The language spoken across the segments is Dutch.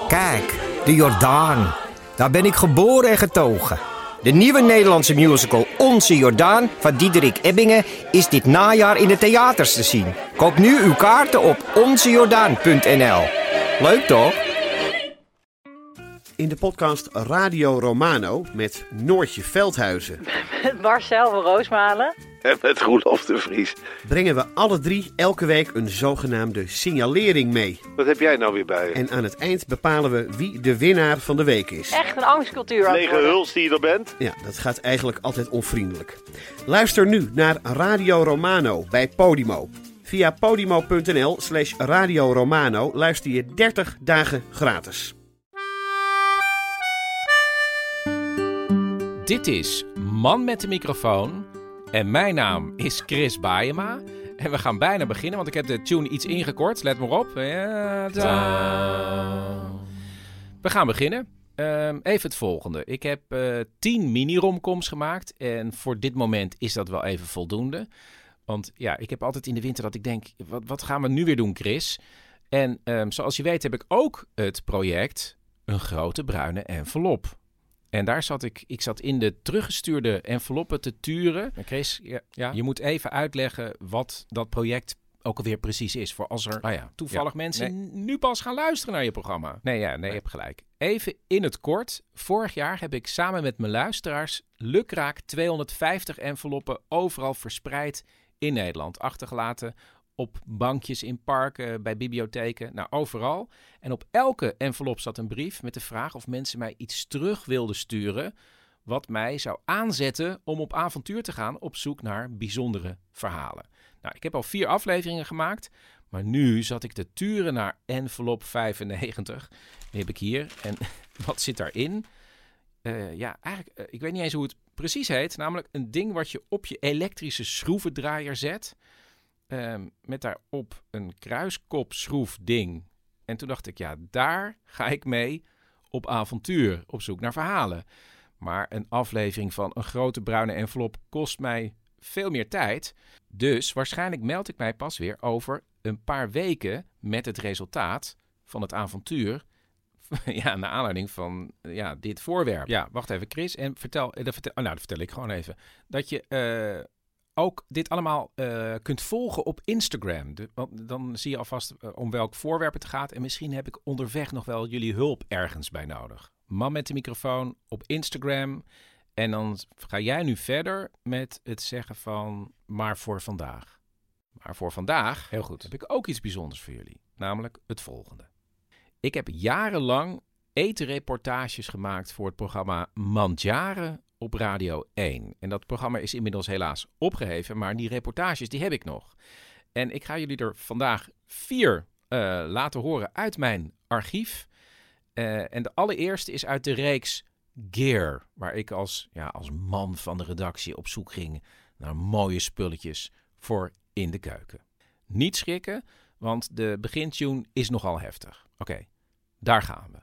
Kijk, de Jordaan. Daar ben ik geboren en getogen. De nieuwe Nederlandse musical Onze Jordaan van Diederik Ebbingen is dit najaar in de theaters te zien. Koop nu uw kaarten op onzejordaan.nl. Leuk toch? In de podcast Radio Romano met Noortje Veldhuizen. Met Marcel van Roosmalen. En met Roelof de Vries. Brengen we alle drie elke week een zogenaamde signalering mee. Wat heb jij nou weer bij je? En aan het eind bepalen we wie de winnaar van de week is. Echt een angstcultuur aan het Lege worden. huls die je er bent. Ja, dat gaat eigenlijk altijd onvriendelijk. Luister nu naar Radio Romano bij Podimo. Via podimo.nl/Radio Romano luister je 30 dagen gratis. Dit is Man met de microfoon en mijn naam is Chris Baaema. En we gaan bijna beginnen, want ik heb de tune iets ingekort. Let maar op. We gaan beginnen. Even het volgende. Ik heb 10 mini-romcoms gemaakt en voor dit moment is dat wel even voldoende. Want ja, ik heb altijd in de winter dat ik denk, wat gaan we nu weer doen, Chris? En zoals je weet heb ik ook het project Een Grote Bruine Envelop. En daar zat ik zat in de teruggestuurde enveloppen te turen. Chris, je moet even uitleggen wat dat project ook alweer precies is. Voor als er toevallig mensen nu pas gaan luisteren naar je programma. Nee, je hebt gelijk. Even in het kort. Vorig jaar heb ik samen met mijn luisteraars lukraak 250 enveloppen overal verspreid in Nederland achtergelaten. Op bankjes in parken, bij bibliotheken, nou overal. En op elke envelop zat een brief met de vraag of mensen mij iets terug wilden sturen wat mij zou aanzetten om op avontuur te gaan op zoek naar bijzondere verhalen. Nou, ik heb al 4 afleveringen gemaakt, maar nu zat ik te turen naar envelop 95. Die heb ik hier. En wat zit daarin? Ik weet niet eens hoe het precies heet. Namelijk een ding wat je op je elektrische schroevendraaier zet. Met daarop een kruiskopschroefding. En toen dacht ik, daar ga ik mee op avontuur, op zoek naar verhalen. Maar een aflevering van Een Grote Bruine Envelop kost mij veel meer tijd. Dus waarschijnlijk meld ik mij pas weer over een paar weken met het resultaat van het avontuur. Naar aanleiding van dit voorwerp. Ja, wacht even, Chris. En dat vertel ik gewoon even. Dat je ook dit allemaal kunt volgen op Instagram. Want dan zie je alvast om welk voorwerp het gaat. En misschien heb ik onderweg nog wel jullie hulp ergens bij nodig. Man met de microfoon op Instagram. En dan ga jij nu verder met het zeggen van maar voor vandaag. Maar voor vandaag, heel goed, heb ik ook iets bijzonders voor jullie. Namelijk het volgende. Ik heb jarenlang etenreportages gemaakt voor het programma Mandjaren op Radio 1. En dat programma is inmiddels helaas opgeheven, maar die reportages die heb ik nog. En ik ga jullie er vandaag 4 laten horen uit mijn archief. En de allereerste is uit de reeks Gear, waar ik als man van de redactie op zoek ging naar mooie spulletjes voor in de keuken. Niet schrikken, want de begintune is nogal heftig. Oké, daar gaan we.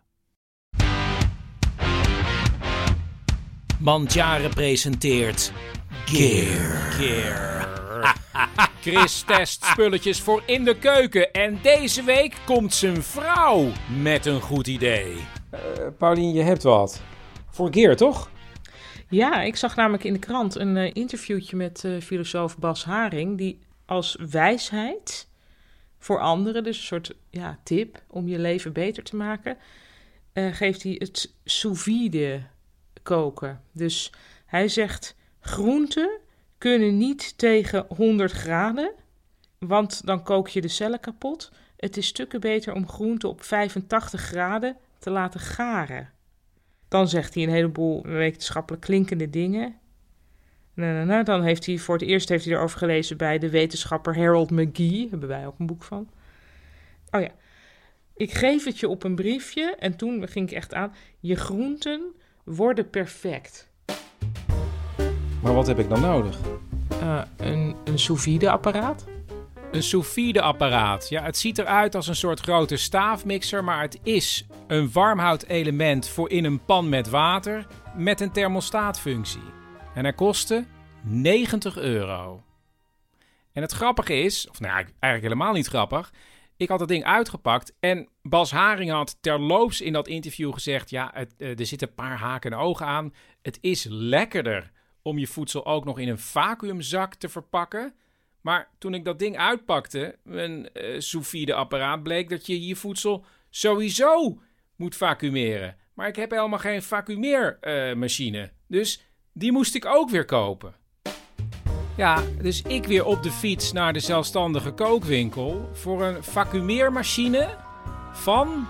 Mandjaren presenteert Gear. Chris test spulletjes voor in de keuken. En deze week komt zijn vrouw met een goed idee. Paulien, je hebt wat. Voor Gear, toch? Ja, ik zag namelijk in de krant een interviewtje met filosoof Bas Haring, die als wijsheid voor anderen, dus een soort tip om je leven beter te maken, geeft hij het sous vide koken. Dus hij zegt, groenten kunnen niet tegen 100 graden, want dan kook je de cellen kapot. Het is stukken beter om groenten op 85 graden te laten garen. Dan zegt hij een heleboel wetenschappelijk klinkende dingen. Dan heeft hij voor het eerst erover gelezen bij de wetenschapper Harold McGee. Daar hebben wij ook een boek van. Oh ja, ik geef het je op een briefje. En toen ging ik echt aan. Je groenten worden perfect. Maar wat heb ik dan nodig? Een sous vide apparaat. Een sous vide apparaat. Ja, het ziet eruit als een soort grote staafmixer, maar het is een warmhoudelement voor in een pan met water met een thermostaatfunctie. En hij kostte €90. En het grappige is, eigenlijk helemaal niet grappig, Ik had dat ding uitgepakt en Bas Haring had terloops in dat interview gezegd... ja, er zitten een paar haken en ogen aan. Het is lekkerder om je voedsel ook nog in een vacuümzak te verpakken. Maar toen ik dat ding uitpakte, mijn sous vide apparaat, bleek dat je voedsel sowieso moet vacuümeren. Maar ik heb helemaal geen vacuümeermachine. Dus die moest ik ook weer kopen. Ja, dus ik weer op de fiets naar de zelfstandige kookwinkel voor een vacuümeermachine van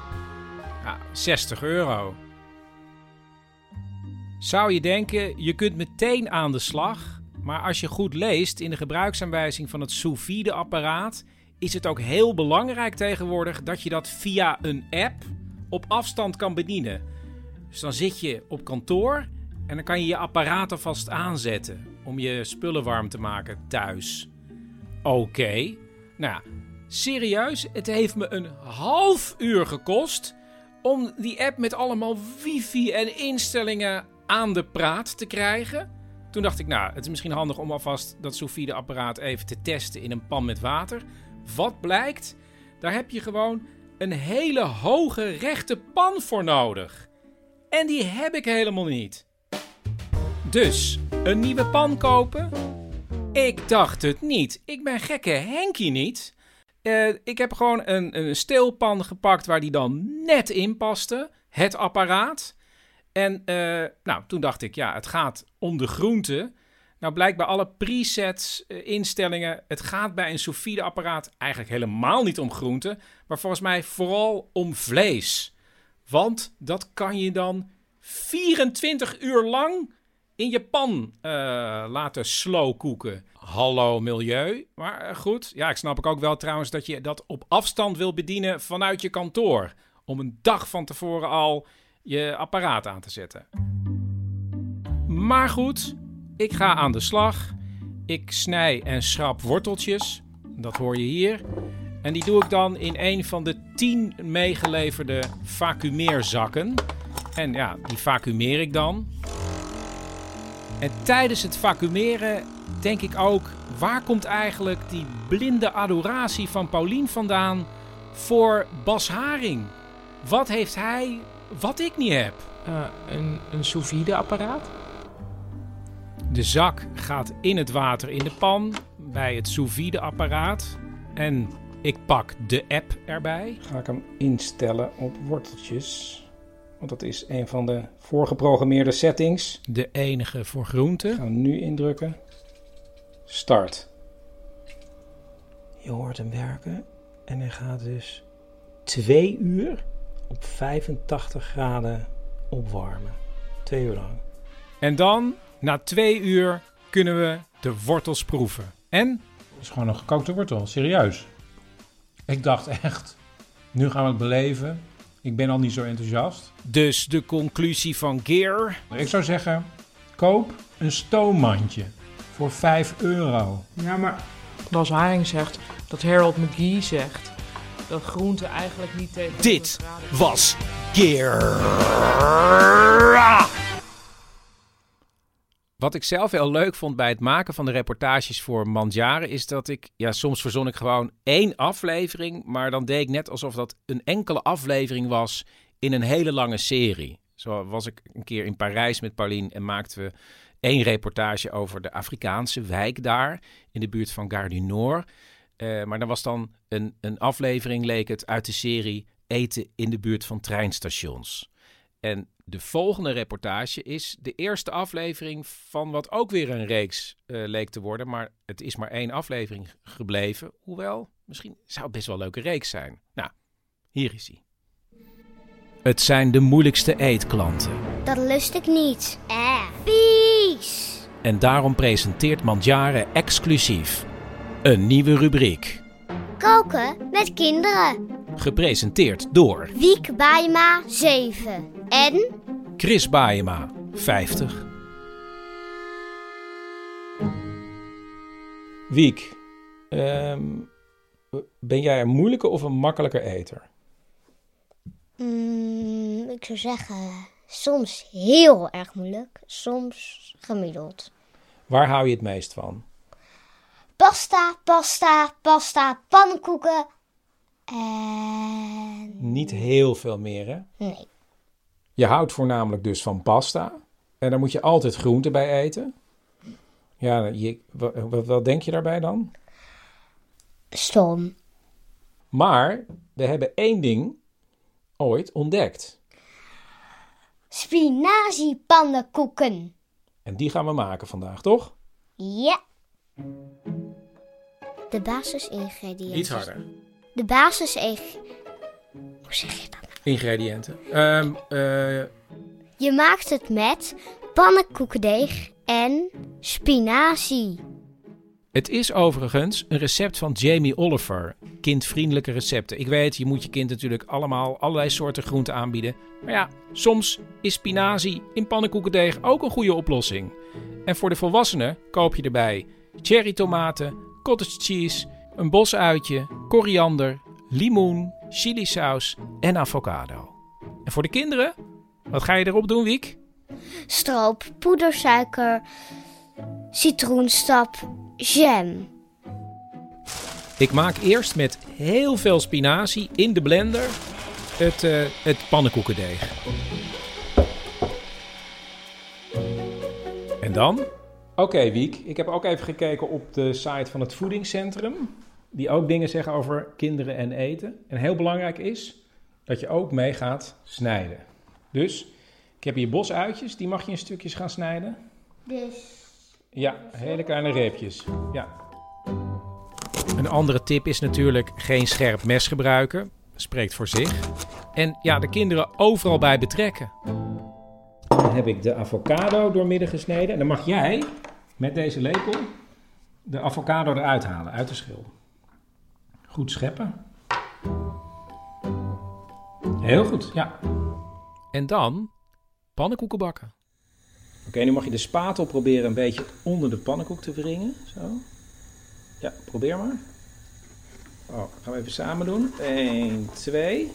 €60. Zou je denken, je kunt meteen aan de slag, maar als je goed leest in de gebruiksaanwijzing van het sous vide apparaat, is het ook heel belangrijk tegenwoordig dat je dat via een app op afstand kan bedienen. Dus dan zit je op kantoor en dan kan je je apparaat alvast aanzetten om je spullen warm te maken thuis. Oké. Nou, serieus, het heeft me een half uur gekost om die app met allemaal wifi en instellingen aan de praat te krijgen. Toen dacht ik, nou, het is misschien handig om alvast dat sous vide apparaat even te testen in een pan met water. Wat blijkt? Daar heb je gewoon een hele hoge rechte pan voor nodig. En die heb ik helemaal niet. Dus, een nieuwe pan kopen? Ik dacht het niet. Ik ben gekke Henkie niet. Ik heb gewoon een steelpan gepakt waar die dan net in paste. Het apparaat. En toen dacht ik, ja, het gaat om de groente. Nou blijkt bij alle presets, instellingen, het gaat bij een sous vide apparaat eigenlijk helemaal niet om groente. Maar volgens mij vooral om vlees. Want dat kan je dan 24 uur lang in je pan laten slow koeken. Hallo milieu. Maar goed, ja, ik snap ook wel trouwens dat je dat op afstand wil bedienen vanuit je kantoor. Om een dag van tevoren al je apparaat aan te zetten. Maar goed, ik ga aan de slag. Ik snij en schrap worteltjes. Dat hoor je hier. En die doe ik dan in een van de 10 meegeleverde vacuümeerzakken. En ja, die vacuümeer ik dan. En tijdens het vacuümeren denk ik ook, waar komt eigenlijk die blinde adoratie van Paulien vandaan voor Bas Haring? Wat heeft hij wat ik niet heb? Een sous vide apparaat? De zak gaat in het water in de pan bij het sous vide apparaat. En ik pak de app erbij. Ga ik hem instellen op worteltjes. Want dat is een van de voorgeprogrammeerde settings. De enige voor groenten. Gaan we nu indrukken. Start. Je hoort hem werken. En hij gaat dus 2 uur op 85 graden opwarmen. 2 uur lang. En dan, na 2 uur, kunnen we de wortels proeven. En? Het is gewoon een gekookte wortel, serieus. Ik dacht echt, nu gaan we het beleven. Ik ben al niet zo enthousiast. Dus de conclusie van Geer? Ik zou zeggen, koop een stoommandje voor €5. Ja, maar Bas Haring zegt dat Harold McGee zegt dat groente eigenlijk niet tegen... Dit was Geer. Wat ik zelf heel leuk vond bij het maken van de reportages voor Mandjaren is dat ik, ja, soms verzon ik gewoon 1 aflevering, maar dan deed ik net alsof dat een enkele aflevering was in een hele lange serie. Zo was ik een keer in Parijs met Paulien en maakten we 1 reportage over de Afrikaanse wijk daar, in de buurt van Gare du Nord. Maar dan was dan een aflevering, leek het, uit de serie Eten in de buurt van treinstations. En de volgende reportage is de eerste aflevering van wat ook weer een reeks leek te worden. Maar het is maar 1 aflevering gebleven. Hoewel, misschien zou het best wel een leuke reeks zijn. Nou, hier is hij. Het zijn de moeilijkste eetklanten. Dat lust ik niet. Vies! En daarom presenteert Mandjaren exclusief een nieuwe rubriek. Koken met kinderen. Gepresenteerd door Wiek Baaijema, 7. En Chris Baaijema, 50. Wiek, ben jij een moeilijke of een makkelijke eter? ik zou zeggen, soms heel erg moeilijk, soms gemiddeld. Waar hou je het meest van? Pasta, pasta, pasta, pannenkoeken En... Niet heel veel meer, hè? Nee. Je houdt voornamelijk dus van pasta. En daar moet je altijd groente bij eten. Ja, wat denk je daarbij dan? Stom. Maar we hebben 1 ding ooit ontdekt. Spinaziepannenkoeken. En die gaan we maken vandaag, toch? Ja. De basisingrediënten. Iets harder. De Hoe zeg je dat? Ingrediënten. Je maakt het met pannenkoekendeeg en spinazie. Het is overigens een recept van Jamie Oliver. Kindvriendelijke recepten. Ik weet, je moet je kind natuurlijk allerlei soorten groenten aanbieden. Maar ja, soms is spinazie in pannenkoekendeeg ook een goede oplossing. En voor de volwassenen koop je erbij cherrytomaten, cottage cheese, een bosuitje, koriander, limoen, chilisaus en avocado. En voor de kinderen, wat ga je erop doen, Wiek? Stroop, poedersuiker, citroensap, jam. Ik maak eerst met heel veel spinazie in de blender het pannenkoekendeeg. En dan? Oké, Wiek. Ik heb ook even gekeken op de site van het voedingscentrum. Die ook dingen zeggen over kinderen en eten. En heel belangrijk is dat je ook mee gaat snijden. Dus ik heb hier bosuitjes. Die mag je in stukjes gaan snijden. Dus... Ja, hele kleine reepjes. Ja. Een andere tip is natuurlijk geen scherp mes gebruiken. Spreekt voor zich. En ja, de kinderen overal bij betrekken. Dan heb ik de avocado doormidden gesneden. En dan mag jij met deze lepel de avocado eruit halen, uit de schil. Goed scheppen. Heel goed, ja. En dan pannenkoeken bakken. Oké, nu mag je de spatel proberen een beetje onder de pannenkoek te wringen. Zo. Ja, probeer maar. Oh, gaan we even samen doen. 1, 2.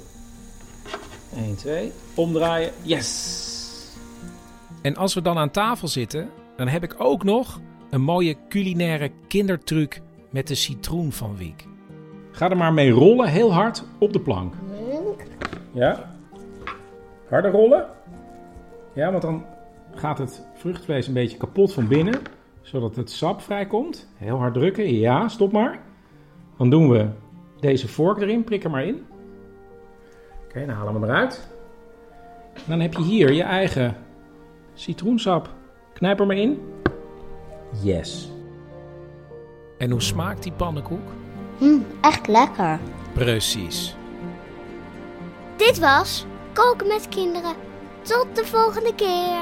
1, 2. Omdraaien. Yes! En als we dan aan tafel zitten, dan heb ik ook nog een mooie culinaire kindertruc met de citroen van Wiek. Ga er maar mee rollen, heel hard, op de plank. Ja? Harder rollen. Ja, want dan gaat het vruchtvlees een beetje kapot van binnen, zodat het sap vrijkomt. Heel hard drukken. Ja, stop maar. Dan doen we deze vork erin, prik er maar in. Oké, dan halen we hem eruit. Dan heb je hier je eigen citroensap. Knijp er maar in. Yes. En hoe smaakt die pannenkoek? Echt lekker. Precies. Dit was Koken met Kinderen. Tot de volgende keer.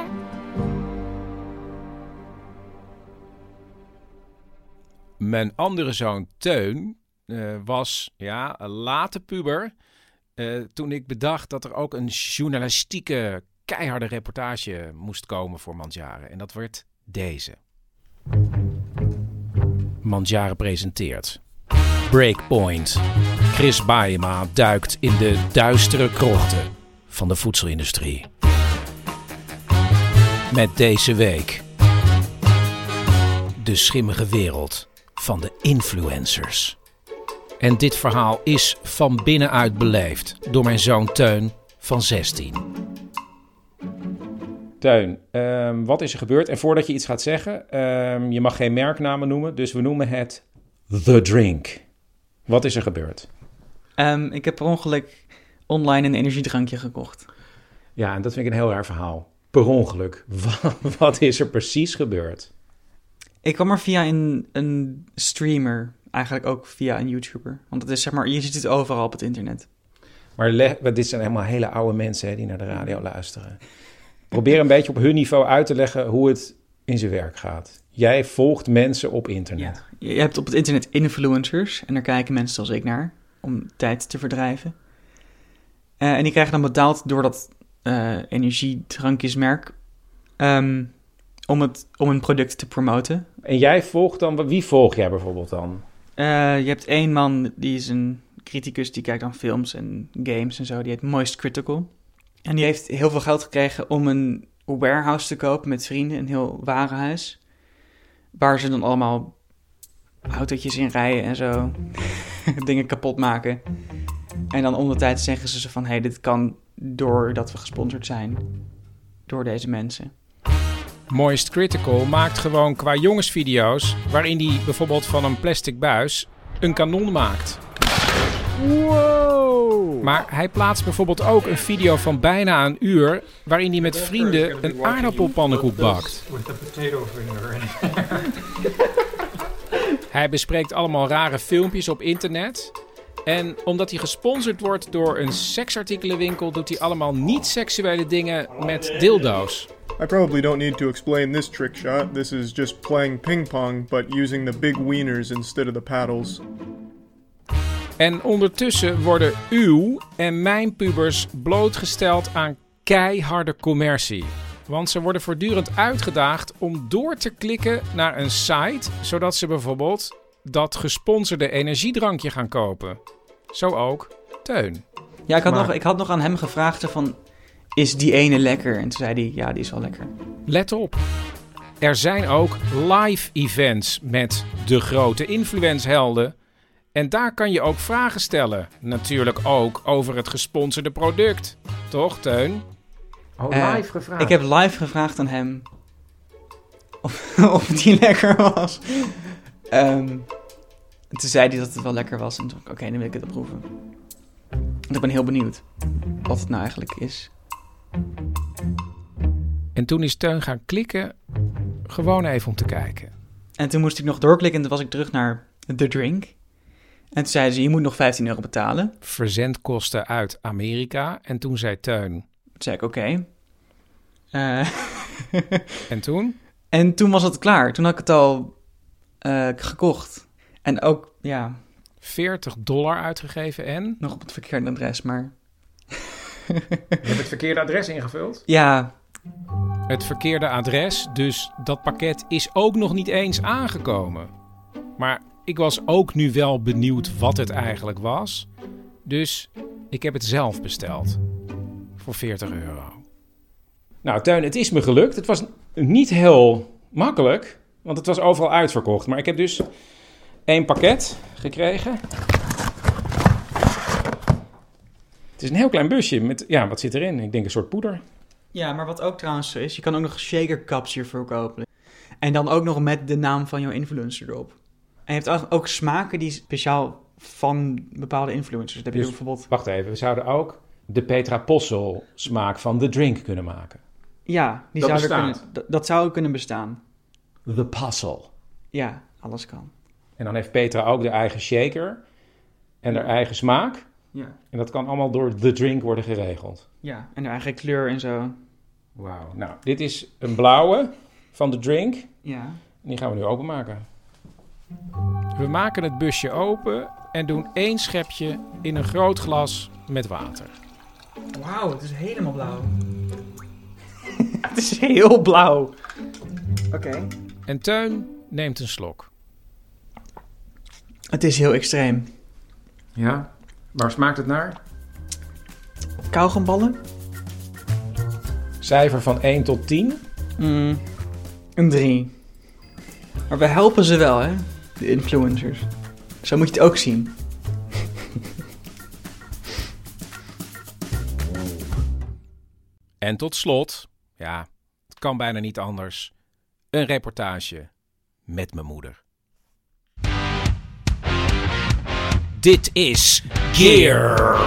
Mijn andere zoon Teun was een late puber. Toen ik bedacht dat er ook een journalistieke keiharde reportage moest komen voor Mandjaren. En dat werd deze. Mandjaren presenteert. Breakpoint. Chris Baaema duikt in de duistere krochten van de voedselindustrie. Met deze week de schimmige wereld van de influencers. En dit verhaal is van binnenuit beleefd door mijn zoon Teun van 16. Teun, wat is er gebeurd? En voordat je iets gaat zeggen, je mag geen merknamen noemen, dus we noemen het The Drink. Wat is er gebeurd? Ik heb per ongeluk online een energiedrankje gekocht. Ja, en dat vind ik een heel raar verhaal. Per ongeluk. Wat is er precies gebeurd? Ik kwam er via een streamer, eigenlijk ook via een YouTuber. Want het is zeg maar, je ziet het overal op het internet. Maar dit zijn helemaal hele oude mensen hè, die naar de radio luisteren. Probeer een beetje op hun niveau uit te leggen hoe het in zijn werk gaat. Jij volgt mensen op internet. Ja, je hebt op het internet influencers en daar kijken mensen zoals ik naar om tijd te verdrijven. En die krijgen dan betaald door dat energiedrankjesmerk om een product te promoten. En jij volgt dan, wie volg jij bijvoorbeeld dan? Je hebt één man, die is een criticus, die kijkt dan films en games en zo. Die heet Moist Critical. En die heeft heel veel geld gekregen om een warehouse te kopen met vrienden, een heel warenhuis. Waar ze dan allemaal autootjes in rijden en zo. dingen kapot maken. En dan om de tijd zeggen ze van... dit kan doordat we gesponsord zijn door deze mensen. Moist Critical maakt gewoon qua jongensvideo's... waarin hij bijvoorbeeld van een plastic buis een kanon maakt. Wow! Maar hij plaatst bijvoorbeeld ook een video van bijna een uur... waarin hij met vrienden een aardappelpannenkoek bakt. Hij bespreekt allemaal rare filmpjes op internet... En omdat hij gesponsord wordt door een seksartikelenwinkel... doet hij allemaal niet-seksuele dingen met dildo's. I probably don't need to explain this trick shot. This is just playing ping pong, but using the big wieners instead of the paddles. En ondertussen worden uw en mijn pubers blootgesteld aan keiharde commercie. Want ze worden voortdurend uitgedaagd om door te klikken naar een site... zodat ze bijvoorbeeld dat gesponsorde energiedrankje gaan kopen. Zo ook Teun. Ja, ik had nog aan hem gevraagd van... is die ene lekker? En toen zei hij, ja, die is wel lekker. Let op. Er zijn ook live events met de grote influencehelden. En daar kan je ook vragen stellen. Natuurlijk ook over het gesponsorde product. Toch, Teun? Live gevraagd? Ik heb live gevraagd aan hem... of die lekker was. Toen zei hij dat het wel lekker was. En toen dacht ik, oké, dan wil ik het opproeven. Want ik ben heel benieuwd wat het nou eigenlijk is. En toen is Teun gaan klikken, gewoon even om te kijken. En toen moest ik nog doorklikken en toen was ik terug naar The Drink. En toen zeiden ze, je moet nog €15 betalen. Verzendkosten uit Amerika. En toen zei Teun... Toen zei ik, oké. En toen? En toen was het klaar. Toen had ik het al gekocht. En ook, ja... $40 uitgegeven en? Nog op het verkeerde adres, maar... Je hebt het verkeerde adres ingevuld? Ja. Het verkeerde adres, dus dat pakket is ook nog niet eens aangekomen. Maar ik was ook nu wel benieuwd wat het eigenlijk was. Dus ik heb het zelf besteld. Voor €40. Nou, Teun, het is me gelukt. Het was niet heel makkelijk, want het was overal uitverkocht. Maar ik heb dus 1 pakket gekregen. Het is een heel klein busje met, ja, wat zit erin? Ik denk een soort poeder. Ja, maar wat ook trouwens zo is, je kan ook nog shakercups hiervoor kopen. En dan ook nog met de naam van jouw influencer erop. En je hebt ook smaken die speciaal van bepaalde influencers. Dat heb je bijvoorbeeld... Wacht even, we zouden ook de Petra Possel smaak van The Drink kunnen maken. Ja, dat zou kunnen bestaan. The Puzzle. Ja, alles kan. En dan heeft Petra ook de eigen shaker en haar eigen smaak. Ja. En dat kan allemaal door The Drink worden geregeld. Ja, en haar eigen kleur en zo. Wauw. Nou, dit is een blauwe van The Drink. Ja. En die gaan we nu openmaken. We maken het busje open en doen 1 schepje in een groot glas met water. Wauw, het is helemaal blauw. Het is heel blauw. Oké. En Teun neemt een slok. Het is heel extreem. Ja? Waar smaakt het naar? Kauwgomballen? Cijfer van 1 tot 10? Een 3. Maar we helpen ze wel, hè? De influencers. Zo moet je het ook zien. En tot slot, ja, het kan bijna niet anders, een reportage met mijn moeder. Dit is Gear.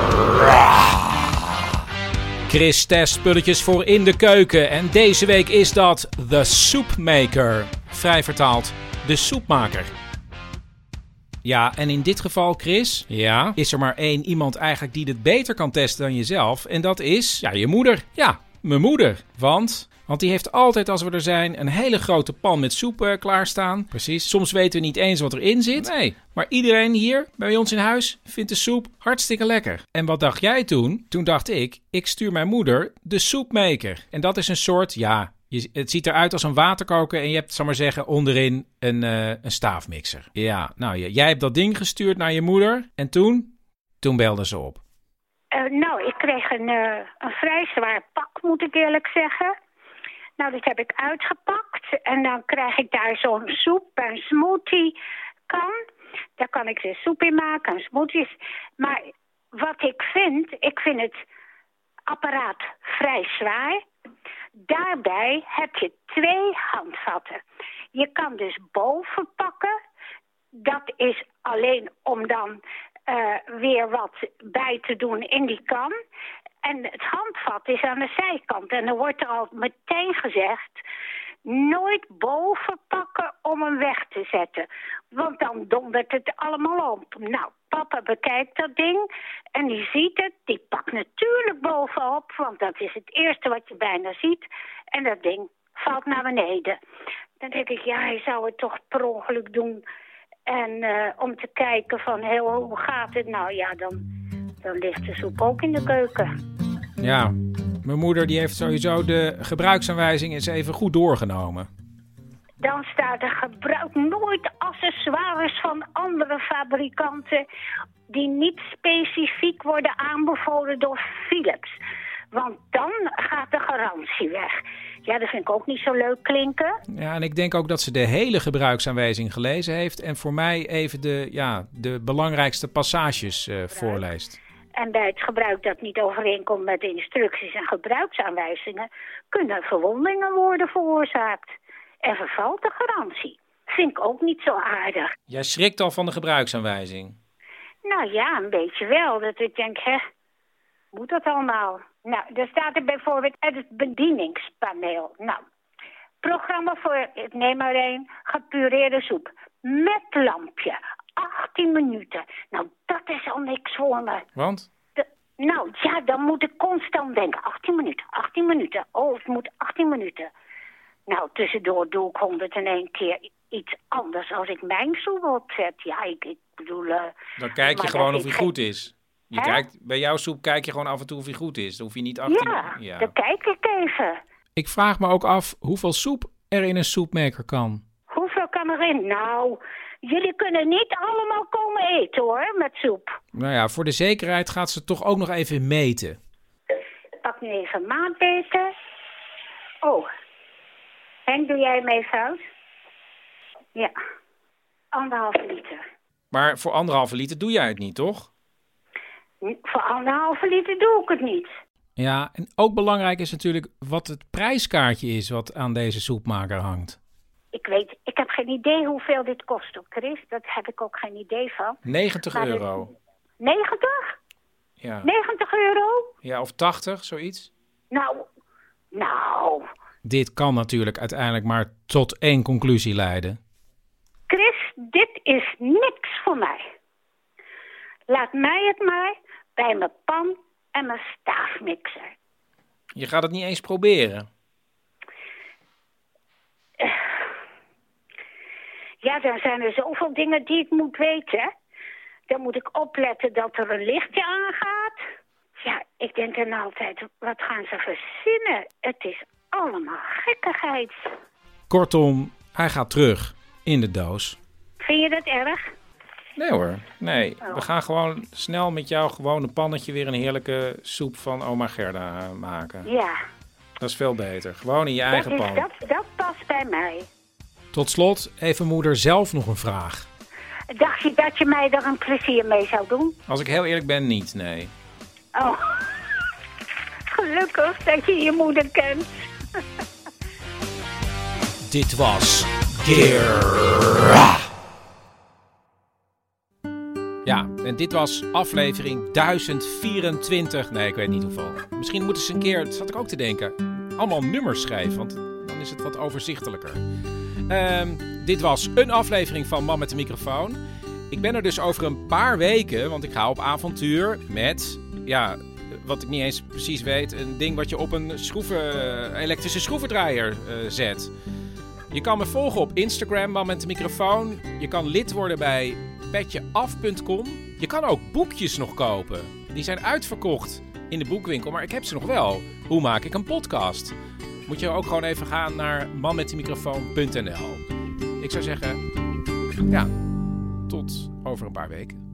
Chris test spulletjes voor in de keuken en deze week is dat The Soupmaker. Vrij vertaald, de soepmaker. Ja, en in dit geval, Chris, is er maar 1 iemand eigenlijk die dit beter kan testen dan jezelf. En dat is, je moeder. Ja, mijn moeder. Want die heeft altijd, als we er zijn, een hele grote pan met soep klaarstaan. Precies. Soms weten we niet eens wat erin zit. Nee. Maar iedereen hier, bij ons in huis, vindt de soep hartstikke lekker. En wat dacht jij toen? Toen dacht ik stuur mijn moeder de Soupmaker. En dat is een soort, het ziet eruit als een waterkoker en je hebt, zal maar zeggen, onderin een staafmixer. Ja, nou, jij hebt dat ding gestuurd naar je moeder en toen belde ze op. Ik kreeg een vrij zwaar pak, moet ik eerlijk zeggen. Nou, dat heb ik uitgepakt en dan krijg ik daar zo'n soep, een smoothie kan. Daar kan ik weer soep in maken en smoothies. Maar wat ik vind het apparaat vrij zwaar. Daarbij heb je 2 handvatten. Je kan dus boven pakken. Dat is alleen om dan weer wat bij te doen in die kan. En het handvat is aan de zijkant. En dan wordt er al meteen gezegd, nooit boven pakken om hem weg te zetten. Want dan dondert het allemaal op. Nou, papa bekijkt dat ding en die ziet het. Die pakt natuurlijk bovenop, want dat is het eerste wat je bijna ziet. En dat ding valt naar beneden. Dan denk ik, ja, hij zou het toch per ongeluk doen. En om te kijken van, hoe gaat het? Nou ja, dan ligt de soep ook in de keuken. Ja, mijn moeder die heeft sowieso de gebruiksaanwijzing eens even goed doorgenomen. Dan staat er gebruik nooit accessoires van andere fabrikanten die niet specifiek worden aanbevolen door Philips. Want dan gaat de garantie weg. Ja, dat vind ik ook niet zo leuk klinken. Ja, en ik denk ook dat ze de hele gebruiksaanwijzing gelezen heeft en voor mij even de belangrijkste passages voorleest. En bij het gebruik dat niet overeenkomt met de instructies en gebruiksaanwijzingen kunnen verwondingen worden veroorzaakt. En vervalt de garantie. Vind ik ook niet zo aardig. Jij schrikt al van de gebruiksaanwijzing? Nou ja, een beetje wel. Dat ik denk, moet dat allemaal? Nou, daar staat er bijvoorbeeld uit het bedieningspaneel. Nou, programma voor, ik neem maar 1, gepureerde soep. Met lampje. 18 minuten. Nou, dat is al niks voor me. Want? Nou, ja, dan moet ik constant denken. 18 minuten. Oh, het moet 18 minuten. Nou, tussendoor doe ik 101 keer iets anders als ik mijn soep opzet. Ja, ik bedoel... dan kijk je gewoon of hij goed is. Bij jouw soep kijk je gewoon af en toe of hij goed is. Dan hoef je niet 18... Ja, dan kijk ik even. Ik vraag me ook af hoeveel soep er in een soepmaker kan. Hoeveel kan erin? Nou, jullie kunnen niet allemaal komen eten hoor, met soep. Nou ja, voor de zekerheid gaat ze toch ook nog even meten. Pak nu even maatmeter. Oh, Henk, doe jij mee fout? Ja, 1,5 liter. Maar voor 1,5 liter doe jij het niet, toch? Voor 1,5 liter doe ik het niet. Ja, en ook belangrijk is natuurlijk wat het prijskaartje is wat aan deze soepmaker hangt. Ik heb geen idee hoeveel dit kost, hoor, Chris. Dat heb ik ook geen idee van. 90 euro. 90? Ja. 90 euro? Ja, of 80, zoiets. Nou. Dit kan natuurlijk uiteindelijk maar tot 1 conclusie leiden. Chris, dit is niks voor mij. Laat mij het maar bij mijn pan en mijn staafmixer. Je gaat het niet eens proberen? Ja, dan zijn er zoveel dingen die ik moet weten. Dan moet ik opletten dat er een lichtje aangaat. Ja, ik denk dan altijd, wat gaan ze verzinnen? Het is allemaal gekkigheid. Kortom, hij gaat terug in de doos. Vind je dat erg? Nee hoor, nee. Oh. We gaan gewoon snel met jouw gewone pannetje weer een heerlijke soep van oma Gerda maken. Ja. Dat is veel beter. Gewoon in je eigen pan. Dat past bij mij. Tot slot heeft mijn moeder zelf nog een vraag. Dacht je dat je mij er een plezier mee zou doen? Als ik heel eerlijk ben, niet, nee. Oh, gelukkig dat je je moeder kent. Dit was Gera. Ja, en dit was aflevering 1024. Nee, ik weet niet hoeveel. Misschien moeten ze een keer, dat zat ik ook te denken, allemaal nummers schrijven, want dan is het wat overzichtelijker. Dit was een aflevering van Man met de Microfoon. Ik ben er dus over een paar weken, want ik ga op avontuur met, ja, wat ik niet eens precies weet, een ding wat je op een elektrische schroevendraaier zet. Je kan me volgen op Instagram, Man met de Microfoon. Je kan lid worden bij petjeaf.com. Je kan ook boekjes nog kopen. Die zijn uitverkocht in de boekwinkel, maar ik heb ze nog wel. Hoe maak ik een podcast? Moet je ook gewoon even gaan naar manmetdemicrofoon.nl. Ik zou zeggen, ja, tot over een paar weken.